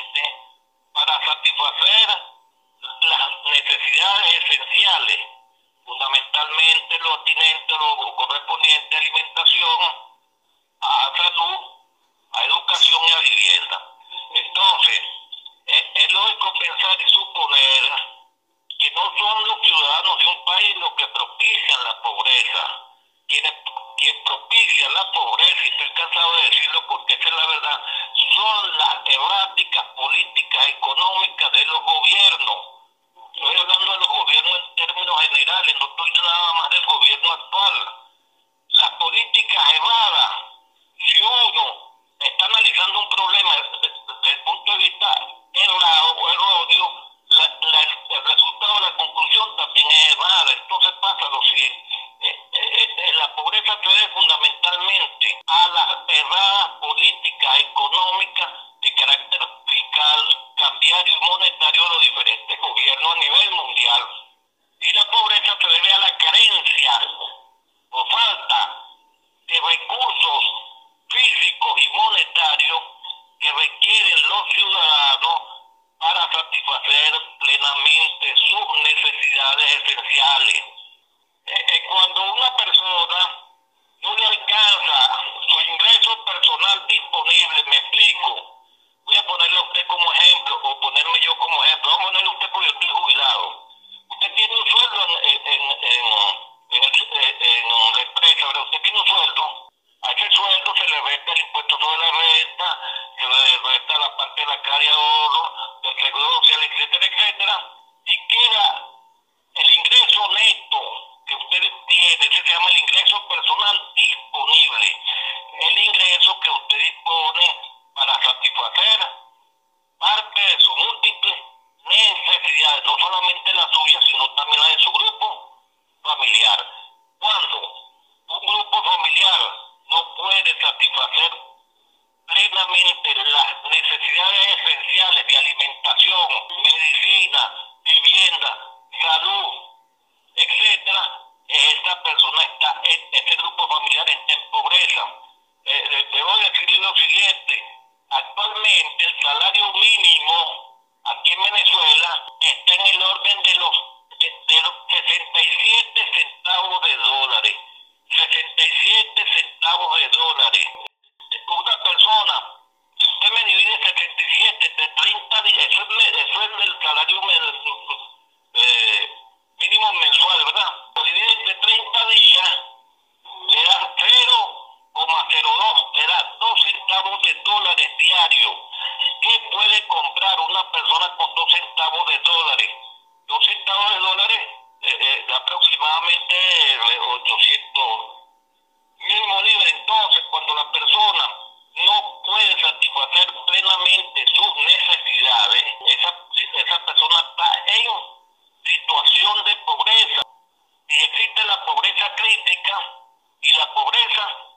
suficiente para satisfacer las necesidades esenciales, fundamentalmente lo atinente o lo correspondiente a alimentación, a salud, a educación y a vivienda. Entonces, es lógico pensar y suponer que no son los ciudadanos de un país los que propician la pobreza, quien propicia la pobreza, y estoy cansado de decirlo porque esa es la verdad, son las erráticas políticas económicas de los gobiernos. Estoy hablando de los gobiernos en términos generales, no estoy nada más del gobierno actual. Las políticas erradas, si uno está analizando un problema desde el punto de vista errado o erróneo, el resultado de la conclusión también es errada. Entonces pasa lo siguiente. La pobreza se debe fundamentalmente a las erradas políticas económicas de carácter fiscal, cambiario y monetario de los diferentes gobiernos a nivel mundial. Y la pobreza se debe a la carencia o falta de recursos físicos y monetarios que requieren los ciudadanos para satisfacer plenamente sus necesidades esenciales. Cuando una persona no le alcanza su ingreso personal disponible, me explico. Voy a ponerle a usted como ejemplo, o ponerme yo como ejemplo. Vamos a ponerle a usted porque yo estoy jubilado. Usted tiene un sueldo en la empresa, ¿verdad? Usted tiene un sueldo. A ese sueldo se le resta el impuesto sobre la renta, se le resta la parte de la caja de ahorro, del seguro social, etcétera, etcétera. Y queda el ingreso neto que usted tiene, ese se llama el ingreso personal disponible. El ingreso que usted dispone para satisfacer parte de sus múltiples necesidades, no solamente la suya, sino también la de su grupo familiar. Cuando un grupo familiar no puede satisfacer plenamente las necesidades esenciales de alimentación, medicina, vivienda, salud, etcétera, esta persona está, este grupo familiar está en pobreza. Debo decirle lo siguiente: actualmente el salario mínimo aquí en Venezuela está en el orden de los 67 centavos de dólares. 67 centavos de dólares. Una persona, si usted me divide 77 de 30 días, eso es el salario mínimo mensual, ¿verdad? Lo divide de 30 días, le dan 0,02, le dan 2 centavos de dólares diarios. ¿Qué puede comprar una persona con 2 centavos de dólares? 2 centavos de dólares de aproximadamente 800.000 bolívares. Entonces, cuando la persona no puede satisfacer plenamente sus necesidades, esa persona está en situación de pobreza. Y existe la pobreza crítica y la pobreza